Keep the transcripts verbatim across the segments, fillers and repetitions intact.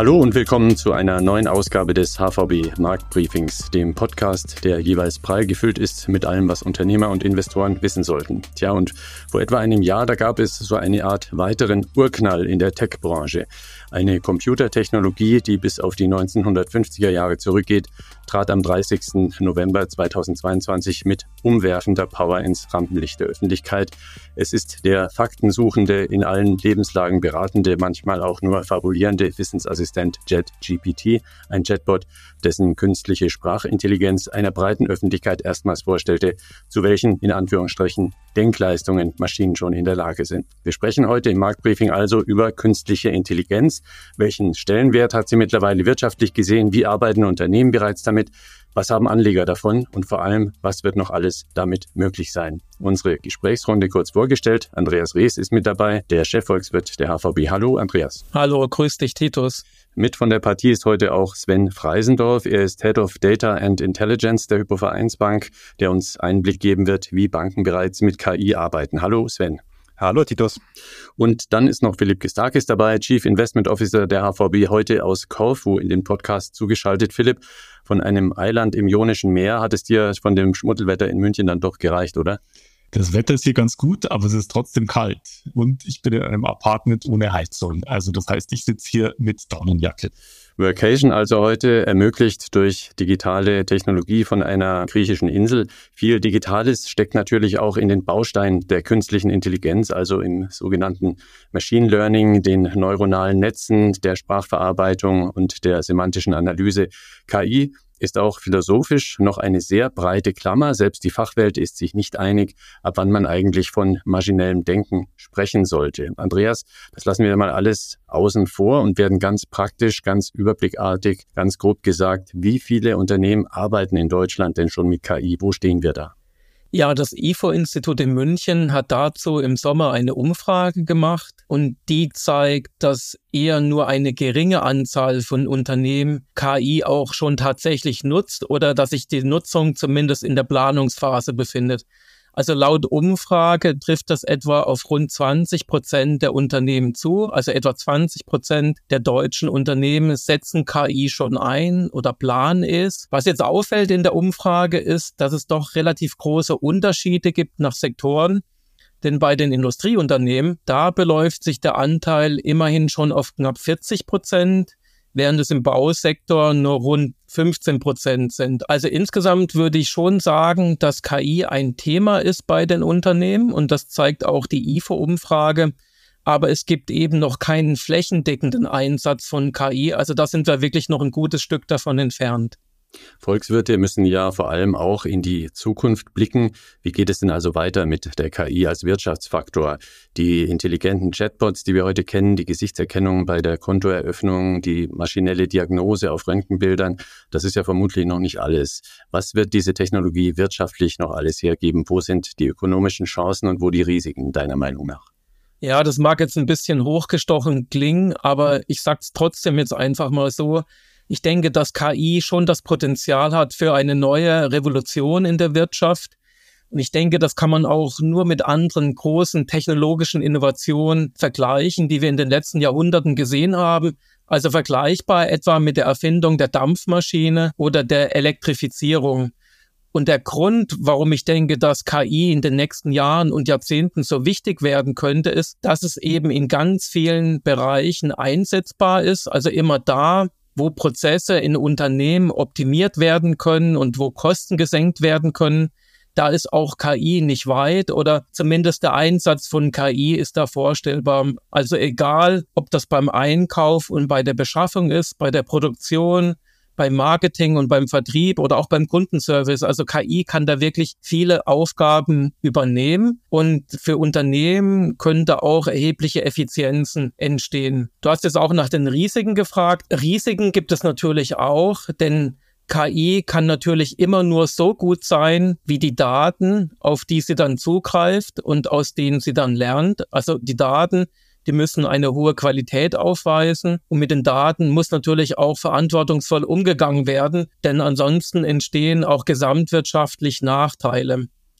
Hallo und willkommen zu einer neuen Ausgabe des H V B Marktbriefings, dem Podcast, der jeweils prall gefüllt ist mit allem, was Unternehmer und Investoren wissen sollten. Tja, und vor etwa einem Jahr, da gab es so eine Art weiteren Urknall in der Tech-Branche. Eine Computertechnologie, die bis auf die neunzehnhundertfünfziger Jahre zurückgeht, trat am dreißigsten November zweitausendzweiundzwanzig mit umwerfender Power ins Rampenlicht der Öffentlichkeit. Es ist der faktensuchende, in allen Lebenslagen beratende, manchmal auch nur fabulierende Wissensassistent JetGPT, ein Chatbot, dessen künstliche Sprachintelligenz einer breiten Öffentlichkeit erstmals vorstellte, zu welchen, in Anführungsstrichen, Denkleistungen Maschinen schon in der Lage sind. Wir sprechen heute im Marktbriefing also über künstliche Intelligenz. Welchen Stellenwert hat sie mittlerweile wirtschaftlich gesehen? Wie arbeiten Unternehmen bereits damit? Was haben Anleger davon? Und vor allem, was wird noch alles damit möglich sein? Unsere Gesprächsrunde kurz vorgestellt. Andreas Rees ist mit dabei, der Chefvolkswirt der H V B. Hallo, Andreas. Hallo, grüß dich, Titus. Mit von der Partie ist heute auch Sven Freisendorf. Er ist Head of Data and Intelligence der Hypovereinsbank, der uns Einblick geben wird, wie Banken bereits mit K I arbeiten. Hallo, Sven. Hallo, Titus. Und dann ist noch Philipp Gistakis dabei, Chief Investment Officer der H V B, heute aus Korfu in den Podcast zugeschaltet. Philipp, von einem Eiland im Ionischen Meer hat es dir von dem Schmuddelwetter in München dann doch gereicht, oder? Das Wetter ist hier ganz gut, aber es ist trotzdem kalt. Und ich bin in einem Apartment ohne Heizung. Also das heißt, ich sitze hier mit Daunenjacke. Workation also heute ermöglicht durch digitale Technologie von einer griechischen Insel. Viel Digitales steckt natürlich auch in den Bausteinen der künstlichen Intelligenz, also im sogenannten Machine Learning, den neuronalen Netzen, der Sprachverarbeitung und der semantischen Analyse. K I ist auch philosophisch noch eine sehr breite Klammer. Selbst die Fachwelt ist sich nicht einig, ab wann man eigentlich von maschinellem Denken sprechen sollte. Andreas, das lassen wir mal alles außen vor und werden ganz praktisch, ganz überblickartig, ganz grob gesagt, wie viele Unternehmen arbeiten in Deutschland denn schon mit K I? Wo stehen wir da? Ja, das I F O-Institut in München hat dazu im Sommer eine Umfrage gemacht und die zeigt, dass eher nur eine geringe Anzahl von Unternehmen K I auch schon tatsächlich nutzt oder dass sich die Nutzung zumindest in der Planungsphase befindet. Also laut Umfrage trifft das etwa auf rund zwanzig Prozent der Unternehmen zu. Also etwa zwanzig Prozent der deutschen Unternehmen setzen K I schon ein oder planen es. Was jetzt auffällt in der Umfrage ist, dass es doch relativ große Unterschiede gibt nach Sektoren. Denn bei den Industrieunternehmen, da beläuft sich der Anteil immerhin schon auf knapp vierzig Prozent. Während es im Bausektor nur rund fünfzehn Prozent sind. Also insgesamt würde ich schon sagen, dass K I ein Thema ist bei den Unternehmen und das zeigt auch die I F O-Umfrage. Aber es gibt eben noch keinen flächendeckenden Einsatz von K I. Also da sind wir wirklich noch ein gutes Stück davon entfernt. Volkswirte müssen ja vor allem auch in die Zukunft blicken. Wie geht es denn also weiter mit der K I als Wirtschaftsfaktor? Die intelligenten Chatbots, die wir heute kennen, die Gesichtserkennung bei der Kontoeröffnung, die maschinelle Diagnose auf Röntgenbildern, das ist ja vermutlich noch nicht alles. Was wird diese Technologie wirtschaftlich noch alles hergeben? Wo sind die ökonomischen Chancen und wo die Risiken, deiner Meinung nach? Ja, das mag jetzt ein bisschen hochgestochen klingen, aber ich sag's trotzdem jetzt einfach mal so. Ich denke, dass K I schon das Potenzial hat für eine neue Revolution in der Wirtschaft. Und ich denke, das kann man auch nur mit anderen großen technologischen Innovationen vergleichen, die wir in den letzten Jahrhunderten gesehen haben. Also vergleichbar etwa mit der Erfindung der Dampfmaschine oder der Elektrifizierung. Und der Grund, warum ich denke, dass K I in den nächsten Jahren und Jahrzehnten so wichtig werden könnte, ist, dass es eben in ganz vielen Bereichen einsetzbar ist. Also immer da, wo Prozesse in Unternehmen optimiert werden können und wo Kosten gesenkt werden können, da ist auch K I nicht weit oder zumindest der Einsatz von K I ist da vorstellbar. Also egal, ob das beim Einkauf und bei der Beschaffung ist, bei der Produktion, beim Marketing und beim Vertrieb oder auch beim Kundenservice. Also K I kann da wirklich viele Aufgaben übernehmen und für Unternehmen können da auch erhebliche Effizienzen entstehen. Du hast jetzt auch nach den Risiken gefragt. Risiken gibt es natürlich auch, denn K I kann natürlich immer nur so gut sein, wie die Daten, auf die sie dann zugreift und aus denen sie dann lernt. Also die Daten, die müssen eine hohe Qualität aufweisen und mit den Daten muss natürlich auch verantwortungsvoll umgegangen werden, denn ansonsten entstehen auch gesamtwirtschaftlich Nachteile.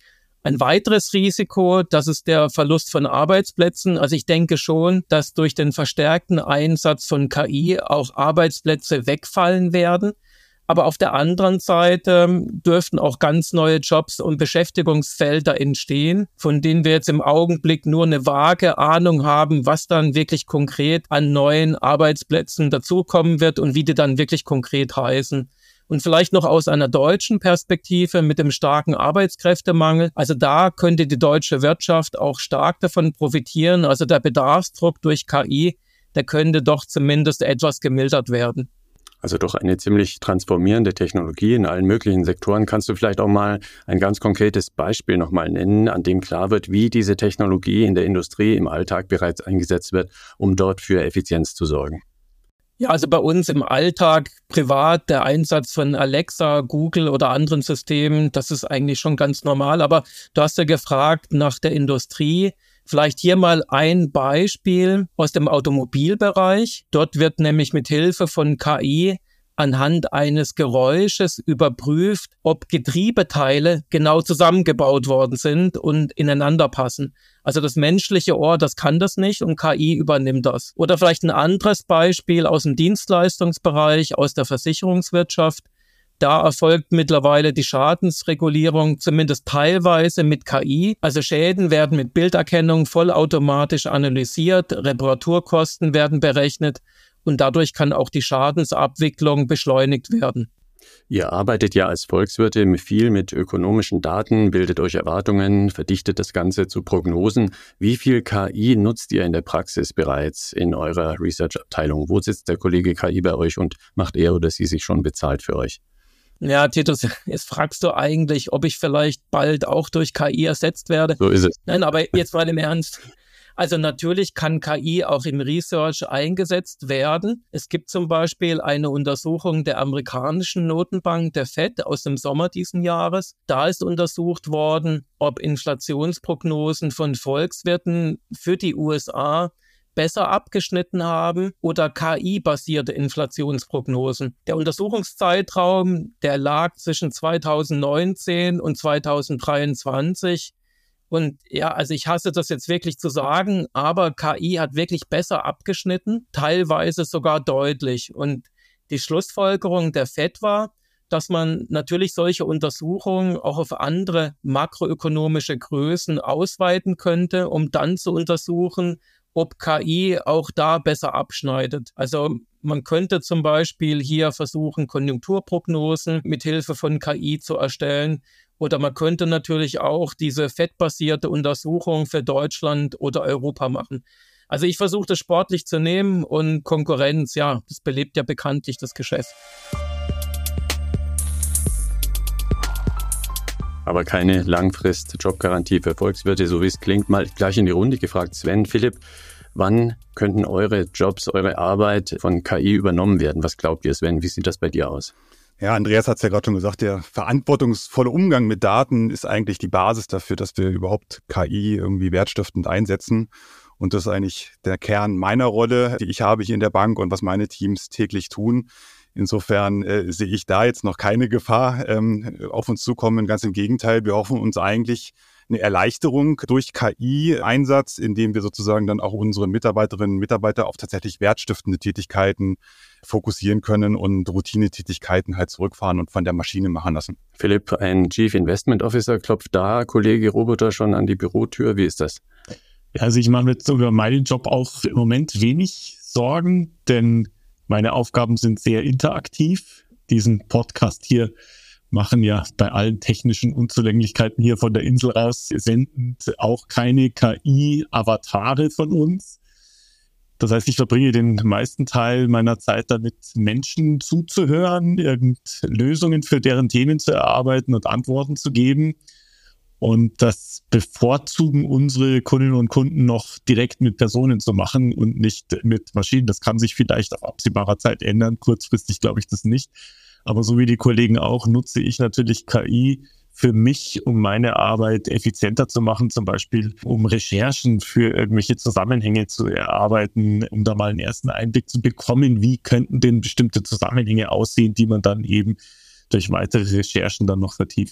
Ein weiteres Risiko, das ist der Verlust von Arbeitsplätzen. Also ich denke schon, dass durch den verstärkten Einsatz von K I auch Arbeitsplätze wegfallen werden. Aber auf der anderen Seite dürften auch ganz neue Jobs und Beschäftigungsfelder entstehen, von denen wir jetzt im Augenblick nur eine vage Ahnung haben, was dann wirklich konkret an neuen Arbeitsplätzen dazukommen wird und wie die dann wirklich konkret heißen. Und vielleicht noch aus einer deutschen Perspektive mit dem starken Arbeitskräftemangel. Also da könnte die deutsche Wirtschaft auch stark davon profitieren. Also der Bedarfsdruck durch K I, der könnte doch zumindest etwas gemildert werden. Also doch eine ziemlich transformierende Technologie in allen möglichen Sektoren. Kannst du vielleicht auch mal ein ganz konkretes Beispiel nochmal nennen, an dem klar wird, wie diese Technologie in der Industrie im Alltag bereits eingesetzt wird, um dort für Effizienz zu sorgen? Ja, also bei uns im Alltag privat der Einsatz von Alexa, Google oder anderen Systemen, das ist eigentlich schon ganz normal. Aber du hast ja gefragt nach der Industrie. Vielleicht hier mal ein Beispiel aus dem Automobilbereich. Dort wird nämlich mit Hilfe von K I anhand eines Geräusches überprüft, ob Getriebeteile genau zusammengebaut worden sind und ineinander passen. Also das menschliche Ohr, das kann das nicht und K I übernimmt das. Oder vielleicht ein anderes Beispiel aus dem Dienstleistungsbereich, aus der Versicherungswirtschaft. Da erfolgt mittlerweile die Schadensregulierung zumindest teilweise mit K I. Also Schäden werden mit Bilderkennung vollautomatisch analysiert, Reparaturkosten werden berechnet und dadurch kann auch die Schadensabwicklung beschleunigt werden. Ihr arbeitet ja als Volkswirte viel mit ökonomischen Daten, bildet euch Erwartungen, verdichtet das Ganze zu Prognosen. Wie viel K I nutzt ihr in der Praxis bereits in eurer Research-Abteilung? Wo sitzt der Kollege K I bei euch und macht er oder sie sich schon bezahlt für euch? Ja, Titus, jetzt fragst du eigentlich, ob ich vielleicht bald auch durch K I ersetzt werde. So ist es. Nein, aber jetzt mal im Ernst. Also natürlich kann K I auch im Research eingesetzt werden. Es gibt zum Beispiel eine Untersuchung der amerikanischen Notenbank, der Fed, aus dem Sommer diesen Jahres. Da ist untersucht worden, ob Inflationsprognosen von Volkswirten für die U S A besser abgeschnitten haben oder K I-basierte Inflationsprognosen. Der Untersuchungszeitraum, der lag zwischen zweitausendneunzehn und zweitausenddreiundzwanzig. Und ja, also ich hasse das jetzt wirklich zu sagen, aber K I hat wirklich besser abgeschnitten, teilweise sogar deutlich. Und die Schlussfolgerung der Fed war, dass man natürlich solche Untersuchungen auch auf andere makroökonomische Größen ausweiten könnte, um dann zu untersuchen, ob K I auch da besser abschneidet. Also man könnte zum Beispiel hier versuchen, Konjunkturprognosen mit Hilfe von K I zu erstellen. Oder man könnte natürlich auch diese F E D-basierte Untersuchung für Deutschland oder Europa machen. Also ich versuche das sportlich zu nehmen und Konkurrenz, ja, das belebt ja bekanntlich das Geschäft. Aber keine Langfrist-Jobgarantie für Volkswirte, so wie es klingt. Mal gleich in die Runde gefragt, Sven, Philipp, wann könnten eure Jobs, eure Arbeit von K I übernommen werden? Was glaubt ihr, Sven? Wie sieht das bei dir aus? Ja, Andreas hat es ja gerade schon gesagt, der verantwortungsvolle Umgang mit Daten ist eigentlich die Basis dafür, dass wir überhaupt K I irgendwie wertstiftend einsetzen. Und das ist eigentlich der Kern meiner Rolle, die ich habe hier in der Bank und was meine Teams täglich tun. Insofern äh, sehe ich da jetzt noch keine Gefahr ähm, auf uns zukommen. Ganz im Gegenteil, wir hoffen uns eigentlich eine Erleichterung durch K I-Einsatz, indem wir sozusagen dann auch unsere Mitarbeiterinnen und Mitarbeiter auf tatsächlich wertstiftende Tätigkeiten fokussieren können und Routinetätigkeiten halt zurückfahren und von der Maschine machen lassen. Philipp, ein Chief Investment Officer, klopft da Kollege Roboter schon an die Bürotür? Wie ist das? Ja, also ich mache mir jetzt über meinen Job auch im Moment wenig Sorgen, denn meine Aufgaben sind sehr interaktiv. Diesen Podcast hier machen ja bei allen technischen Unzulänglichkeiten hier von der Insel raus sendend auch keine K I-Avatare von uns. Das heißt, ich verbringe den meisten Teil meiner Zeit damit, Menschen zuzuhören, irgend Lösungen für deren Themen zu erarbeiten und Antworten zu geben. Und das bevorzugen unsere Kundinnen und Kunden noch direkt mit Personen zu machen und nicht mit Maschinen. Das kann sich vielleicht auf absehbarer Zeit ändern. Kurzfristig glaube ich das nicht. Aber so wie die Kollegen auch, nutze ich natürlich K I für mich, um meine Arbeit effizienter zu machen, zum Beispiel um Recherchen für irgendwelche Zusammenhänge zu erarbeiten, um da mal einen ersten Einblick zu bekommen, wie könnten denn bestimmte Zusammenhänge aussehen, die man dann eben durch weitere Recherchen dann noch vertieft.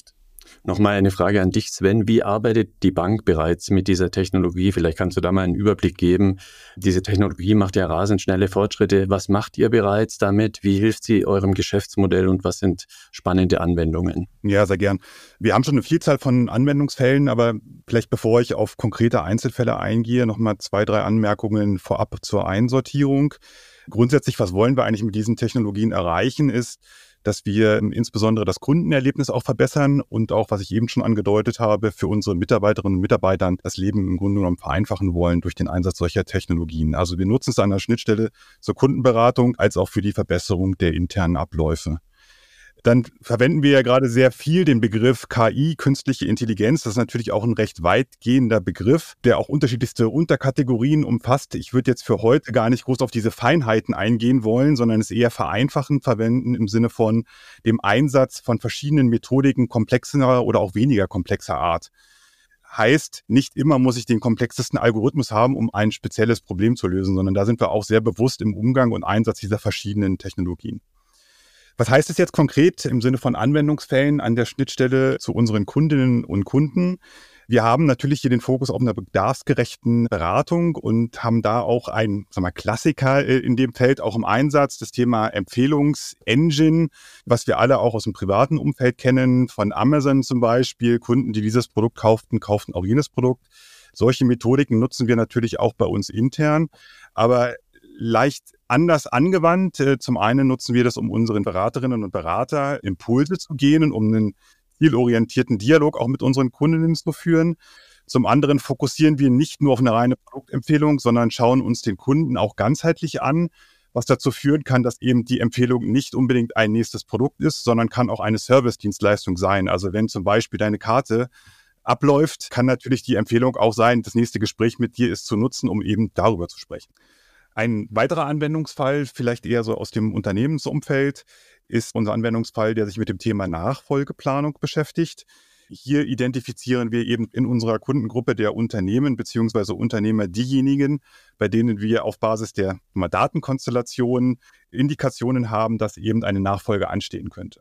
Nochmal eine Frage an dich, Sven. Wie arbeitet die Bank bereits mit dieser Technologie? Vielleicht kannst du da mal einen Überblick geben. Diese Technologie macht ja rasend schnelle Fortschritte. Was macht ihr bereits damit? Wie hilft sie eurem Geschäftsmodell und was sind spannende Anwendungen? Ja, sehr gern. Wir haben schon eine Vielzahl von Anwendungsfällen, aber vielleicht bevor ich auf konkrete Einzelfälle eingehe, nochmal zwei, drei Anmerkungen vorab zur Einsortierung. Grundsätzlich, was wollen wir eigentlich mit diesen Technologien erreichen, ist, dass wir insbesondere das Kundenerlebnis auch verbessern und auch, was ich eben schon angedeutet habe, für unsere Mitarbeiterinnen und Mitarbeiter das Leben im Grunde genommen vereinfachen wollen durch den Einsatz solcher Technologien. Also wir nutzen es an der Schnittstelle zur Kundenberatung als auch für die Verbesserung der internen Abläufe. Dann verwenden wir ja gerade sehr viel den Begriff K I, künstliche Intelligenz. Das ist natürlich auch ein recht weitgehender Begriff, der auch unterschiedlichste Unterkategorien umfasst. Ich würde jetzt für heute gar nicht groß auf diese Feinheiten eingehen wollen, sondern es eher vereinfachend verwenden im Sinne von dem Einsatz von verschiedenen Methodiken komplexer oder auch weniger komplexer Art. Heißt, nicht immer muss ich den komplexesten Algorithmus haben, um ein spezielles Problem zu lösen, sondern da sind wir auch sehr bewusst im Umgang und Einsatz dieser verschiedenen Technologien. Was heißt es jetzt konkret im Sinne von Anwendungsfällen an der Schnittstelle zu unseren Kundinnen und Kunden? Wir haben natürlich hier den Fokus auf einer bedarfsgerechten Beratung und haben da auch einen, sagen wir mal, Klassiker in dem Feld auch im Einsatz, das Thema Empfehlungsengine, was wir alle auch aus dem privaten Umfeld kennen, von Amazon zum Beispiel. Kunden, die dieses Produkt kauften, kauften auch jenes Produkt. Solche Methodiken nutzen wir natürlich auch bei uns intern, aber leicht anders angewandt. Zum einen nutzen wir das, um unseren Beraterinnen und Berater Impulse zu geben, um einen zielorientierten Dialog auch mit unseren Kundinnen zu führen. Zum anderen fokussieren wir nicht nur auf eine reine Produktempfehlung, sondern schauen uns den Kunden auch ganzheitlich an, was dazu führen kann, dass eben die Empfehlung nicht unbedingt ein nächstes Produkt ist, sondern kann auch eine Service-Dienstleistung sein. Also wenn zum Beispiel deine Karte abläuft, kann natürlich die Empfehlung auch sein, das nächste Gespräch mit dir ist zu nutzen, um eben darüber zu sprechen. Ein weiterer Anwendungsfall, vielleicht eher so aus dem Unternehmensumfeld, ist unser Anwendungsfall, der sich mit dem Thema Nachfolgeplanung beschäftigt. Hier identifizieren wir eben in unserer Kundengruppe der Unternehmen bzw. Unternehmer diejenigen, bei denen wir auf Basis der Datenkonstellation Indikationen haben, dass eben eine Nachfolge anstehen könnte.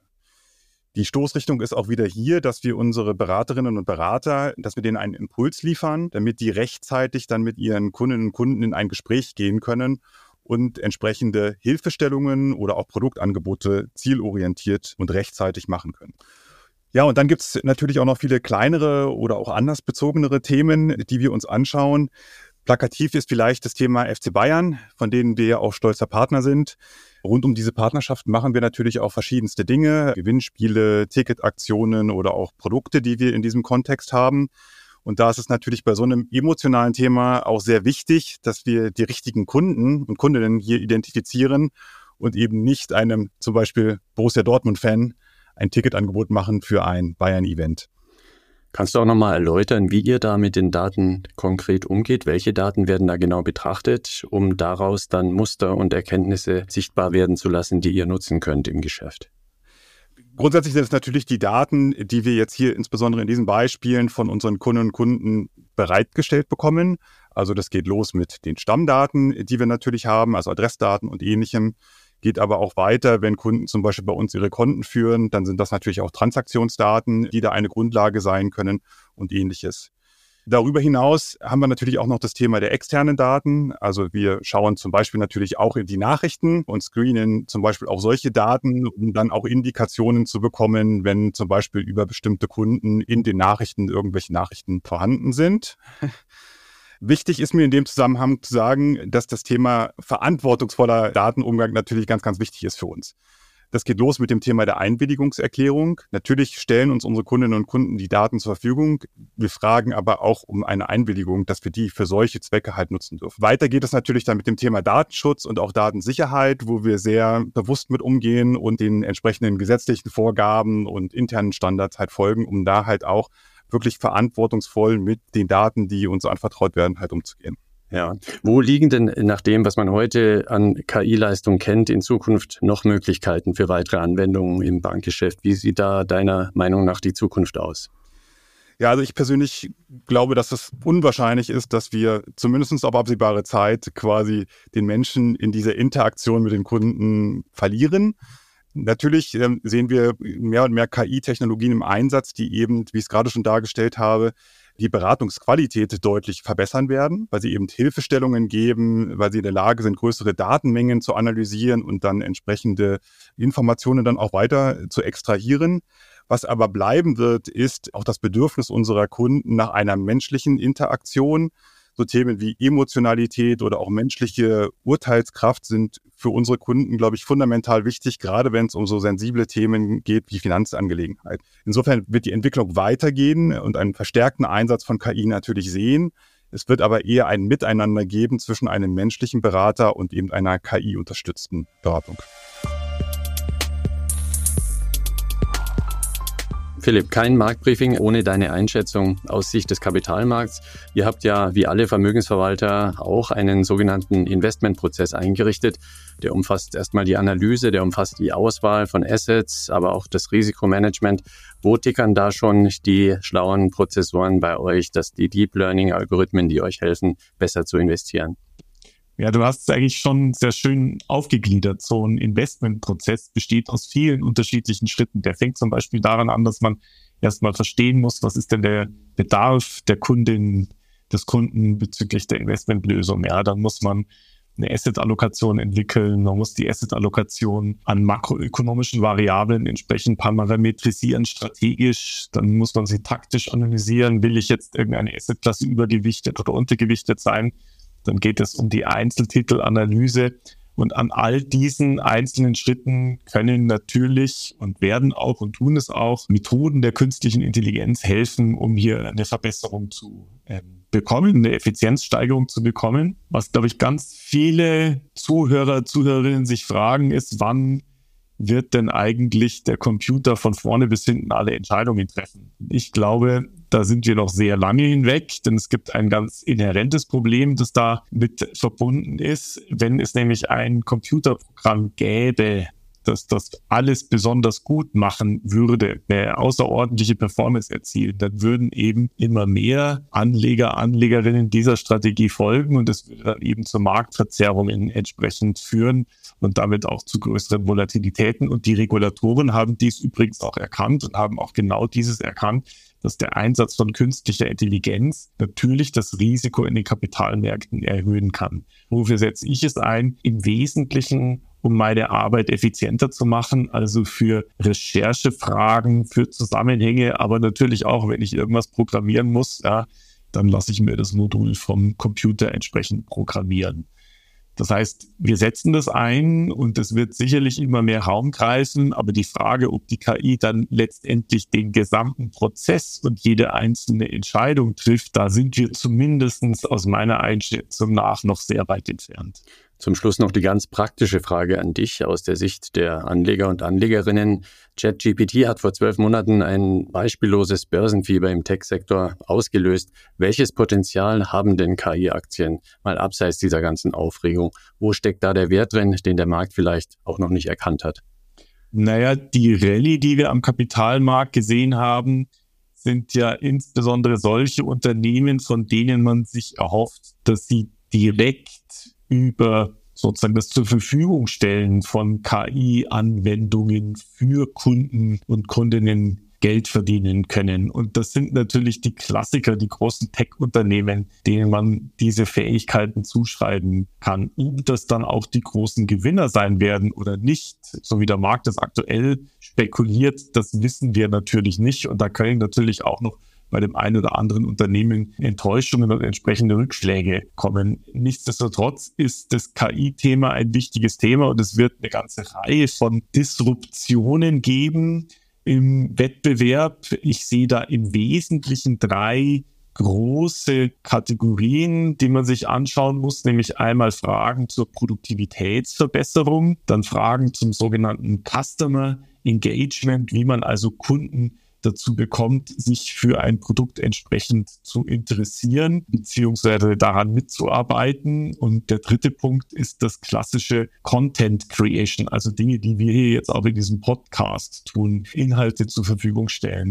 Die Stoßrichtung ist auch wieder hier, dass wir unsere Beraterinnen und Berater, dass wir denen einen Impuls liefern, damit die rechtzeitig dann mit ihren Kundinnen und Kunden in ein Gespräch gehen können und entsprechende Hilfestellungen oder auch Produktangebote zielorientiert und rechtzeitig machen können. Ja, und dann gibt es natürlich auch noch viele kleinere oder auch anders bezogenere Themen, die wir uns anschauen. Plakativ ist vielleicht das Thema F C Bayern, von denen wir ja auch stolzer Partner sind. Rund um diese Partnerschaft machen wir natürlich auch verschiedenste Dinge, Gewinnspiele, Ticketaktionen oder auch Produkte, die wir in diesem Kontext haben. Und da ist es natürlich bei so einem emotionalen Thema auch sehr wichtig, dass wir die richtigen Kunden und Kundinnen hier identifizieren und eben nicht einem zum Beispiel Borussia Dortmund-Fan ein Ticketangebot machen für ein Bayern-Event. Kannst du auch nochmal erläutern, wie ihr da mit den Daten konkret umgeht? Welche Daten werden da genau betrachtet, um daraus dann Muster und Erkenntnisse sichtbar werden zu lassen, die ihr nutzen könnt im Geschäft? Grundsätzlich sind es natürlich die Daten, die wir jetzt hier insbesondere in diesen Beispielen von unseren Kundinnen und Kunden bereitgestellt bekommen. Also das geht los mit den Stammdaten, die wir natürlich haben, also Adressdaten und Ähnlichem. Geht aber auch weiter, wenn Kunden zum Beispiel bei uns ihre Konten führen, dann sind das natürlich auch Transaktionsdaten, die da eine Grundlage sein können und Ähnliches. Darüber hinaus haben wir natürlich auch noch das Thema der externen Daten. Also wir schauen zum Beispiel natürlich auch in die Nachrichten und screenen zum Beispiel auch solche Daten, um dann auch Indikationen zu bekommen, wenn zum Beispiel über bestimmte Kunden in den Nachrichten irgendwelche Nachrichten vorhanden sind. Wichtig ist mir in dem Zusammenhang zu sagen, dass das Thema verantwortungsvoller Datenumgang natürlich ganz, ganz wichtig ist für uns. Das geht los mit dem Thema der Einwilligungserklärung. Natürlich stellen uns unsere Kundinnen und Kunden die Daten zur Verfügung. Wir fragen aber auch um eine Einwilligung, dass wir die für solche Zwecke halt nutzen dürfen. Weiter geht es natürlich dann mit dem Thema Datenschutz und auch Datensicherheit, wo wir sehr bewusst mit umgehen und den entsprechenden gesetzlichen Vorgaben und internen Standards halt folgen, um da halt auch wirklich verantwortungsvoll mit den Daten, die uns anvertraut werden, halt umzugehen. Ja, wo liegen denn nach dem, was man heute an K I-Leistung kennt, in Zukunft noch Möglichkeiten für weitere Anwendungen im Bankgeschäft? Wie sieht da deiner Meinung nach die Zukunft aus? Ja, also ich persönlich glaube, dass es unwahrscheinlich ist, dass wir zumindest auf absehbare Zeit quasi den Menschen in dieser Interaktion mit den Kunden verlieren. Natürlich ähm, sehen wir mehr und mehr K I-Technologien im Einsatz, die eben, wie ich es gerade schon dargestellt habe, die Beratungsqualität deutlich verbessern werden, weil sie eben Hilfestellungen geben, weil sie in der Lage sind, größere Datenmengen zu analysieren und dann entsprechende Informationen dann auch weiter zu extrahieren. Was aber bleiben wird, ist auch das Bedürfnis unserer Kunden nach einer menschlichen Interaktion. So Themen wie Emotionalität oder auch menschliche Urteilskraft sind für unsere Kunden, glaube ich, fundamental wichtig, gerade wenn es um so sensible Themen geht wie Finanzangelegenheiten. Insofern wird die Entwicklung weitergehen und einen verstärkten Einsatz von K I natürlich sehen. Es wird aber eher ein Miteinander geben zwischen einem menschlichen Berater und eben einer K I-unterstützten Beratung. Philipp, kein Marktbriefing ohne deine Einschätzung aus Sicht des Kapitalmarkts. Ihr habt ja wie alle Vermögensverwalter auch einen sogenannten Investmentprozess eingerichtet. Der umfasst erstmal die Analyse, der umfasst die Auswahl von Assets, aber auch das Risikomanagement. Wo tickern da schon die schlauen Prozessoren bei euch, dass die Deep Learning-Algorithmen, die euch helfen, besser zu investieren? Ja, du hast es eigentlich schon sehr schön aufgegliedert. So ein Investmentprozess besteht aus vielen unterschiedlichen Schritten. Der fängt zum Beispiel daran an, dass man erstmal verstehen muss, was ist denn der Bedarf der Kundin, des Kunden bezüglich der Investmentlösung. Ja, dann muss man eine Asset-Allokation entwickeln. Man muss die Asset-Allokation an makroökonomischen Variablen entsprechend parametrisieren, strategisch. Dann muss man sie taktisch analysieren. Will ich jetzt irgendeine Assetklasse übergewichtet oder untergewichtet sein? Dann geht es um die Einzeltitelanalyse. Und an all diesen einzelnen Schritten können natürlich und werden auch und tun es auch Methoden der künstlichen Intelligenz helfen, um hier eine Verbesserung zu ähm, bekommen, eine Effizienzsteigerung zu bekommen. Was, glaube ich, ganz viele Zuhörer, Zuhörerinnen sich fragen, ist, wann wird denn eigentlich der Computer von vorne bis hinten alle Entscheidungen treffen? Ich glaube, da sind wir noch sehr lange hinweg, denn es gibt ein ganz inhärentes Problem, das da mit verbunden ist. Wenn es nämlich ein Computerprogramm gäbe, das das alles besonders gut machen würde, eine außerordentliche Performance erzielen, dann würden eben immer mehr Anleger, Anlegerinnen dieser Strategie folgen und das würde dann eben zu Marktverzerrungen entsprechend führen und damit auch zu größeren Volatilitäten. Und die Regulatoren haben dies übrigens auch erkannt und haben auch genau dieses erkannt, dass der Einsatz von künstlicher Intelligenz natürlich das Risiko in den Kapitalmärkten erhöhen kann. Wofür setze ich es ein? Im Wesentlichen, um meine Arbeit effizienter zu machen, also für Recherchefragen, für Zusammenhänge, aber natürlich auch, wenn ich irgendwas programmieren muss, ja, dann lasse ich mir das Modul vom Computer entsprechend programmieren. Das heißt, wir setzen das ein und es wird sicherlich immer mehr Raum greifen, aber die Frage, ob die K I dann letztendlich den gesamten Prozess und jede einzelne Entscheidung trifft, da sind wir zumindest aus meiner Einschätzung nach noch sehr weit entfernt. Zum Schluss noch die ganz praktische Frage an dich aus der Sicht der Anleger und Anlegerinnen. ChatGPT hat vor zwölf Monaten ein beispielloses Börsenfieber im Tech-Sektor ausgelöst. Welches Potenzial haben denn K I-Aktien, mal abseits dieser ganzen Aufregung? Wo steckt da der Wert drin, den der Markt vielleicht auch noch nicht erkannt hat? Naja, die Rallye, die wir am Kapitalmarkt gesehen haben, sind ja insbesondere solche Unternehmen, von denen man sich erhofft, dass sie direkt über sozusagen das zur Verfügung stellen von K I-Anwendungen für Kunden und Kundinnen Geld verdienen können. Und das sind natürlich die Klassiker, die großen Tech-Unternehmen, denen man diese Fähigkeiten zuschreiben kann. Ob das dann auch die großen Gewinner sein werden oder nicht, so wie der Markt das aktuell spekuliert, das wissen wir natürlich nicht. Und da können natürlich auch noch bei dem einen oder anderen Unternehmen Enttäuschungen und entsprechende Rückschläge kommen. Nichtsdestotrotz ist das K I-Thema ein wichtiges Thema und es wird eine ganze Reihe von Disruptionen geben im Wettbewerb. Ich sehe da im Wesentlichen drei große Kategorien, die man sich anschauen muss, nämlich einmal Fragen zur Produktivitätsverbesserung, dann Fragen zum sogenannten Customer Engagement, wie man also Kunden dazu bekommt, sich für ein Produkt entsprechend zu interessieren beziehungsweise daran mitzuarbeiten. Und der dritte Punkt ist das klassische Content Creation, also Dinge, die wir hier jetzt auch in diesem Podcast tun, Inhalte zur Verfügung stellen.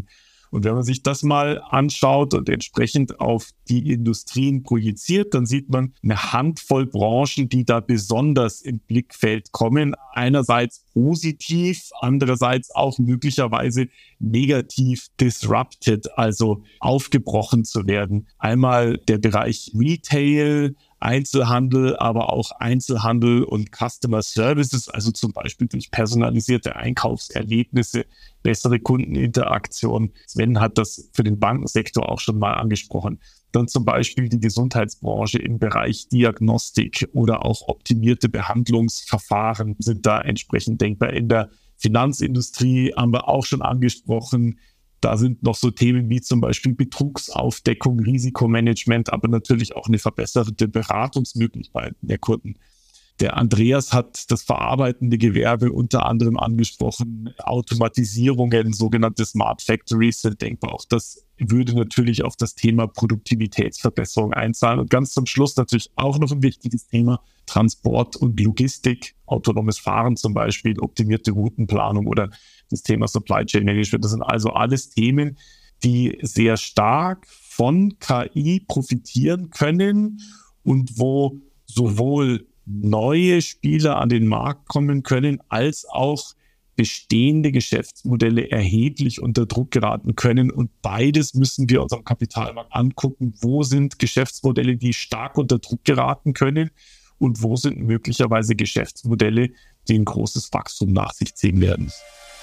Und wenn man sich das mal anschaut und entsprechend auf die Industrien projiziert, dann sieht man eine Handvoll Branchen, die da besonders im Blickfeld kommen. Einerseits positiv, andererseits auch möglicherweise negativ disrupted, also aufgebrochen zu werden. Einmal der Bereich Retail, Einzelhandel, aber auch Einzelhandel und Customer Services, also zum Beispiel durch personalisierte Einkaufserlebnisse, bessere Kundeninteraktion. Sven hat das für den Bankensektor auch schon mal angesprochen. Dann zum Beispiel die Gesundheitsbranche im Bereich Diagnostik oder auch optimierte Behandlungsverfahren sind da entsprechend denkbar. In der Finanzindustrie haben wir auch schon angesprochen. Da sind noch so Themen wie zum Beispiel Betrugsaufdeckung, Risikomanagement, aber natürlich auch eine verbesserte Beratungsmöglichkeit der Kunden. Der Andreas hat das verarbeitende Gewerbe unter anderem angesprochen. Automatisierungen, sogenannte Smart Factories sind denkbar. Auch das würde natürlich auf das Thema Produktivitätsverbesserung einzahlen. Und ganz zum Schluss natürlich auch noch ein wichtiges Thema: Transport und Logistik, autonomes Fahren zum Beispiel, optimierte Routenplanung oder das Thema Supply Chain Management. Das sind also alles Themen, die sehr stark von K I profitieren können und wo sowohl neue Spieler an den Markt kommen können, als auch bestehende Geschäftsmodelle erheblich unter Druck geraten können. Und beides müssen wir uns am Kapitalmarkt angucken. Wo sind Geschäftsmodelle, die stark unter Druck geraten können? Und wo sind möglicherweise Geschäftsmodelle, die ein großes Wachstum nach sich ziehen werden?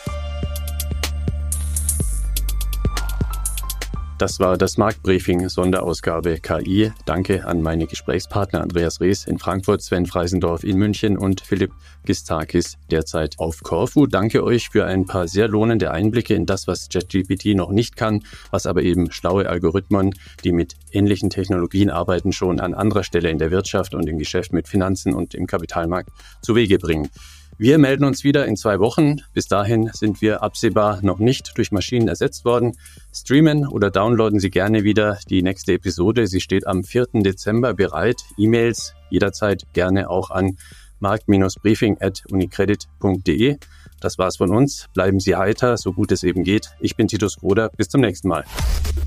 Das war das Marktbriefing, Sonderausgabe K I. Danke an meine Gesprächspartner Andreas Rees in Frankfurt, Sven Freisendorf in München und Philipp Gistakis derzeit auf Korfu. Danke euch für ein paar sehr lohnende Einblicke in das, was ChatGPT noch nicht kann, was aber eben schlaue Algorithmen, die mit ähnlichen Technologien arbeiten, schon an anderer Stelle in der Wirtschaft und im Geschäft mit Finanzen und im Kapitalmarkt zu Wege bringen. Wir melden uns wieder in zwei Wochen. Bis dahin sind wir absehbar noch nicht durch Maschinen ersetzt worden. Streamen oder downloaden Sie gerne wieder die nächste Episode. Sie steht am vierten Dezember bereit. E-Mails jederzeit gerne auch an markt-briefing at unicredit punkt de. Das war's von uns. Bleiben Sie heiter, so gut es eben geht. Ich bin Titus Groder. Bis zum nächsten Mal.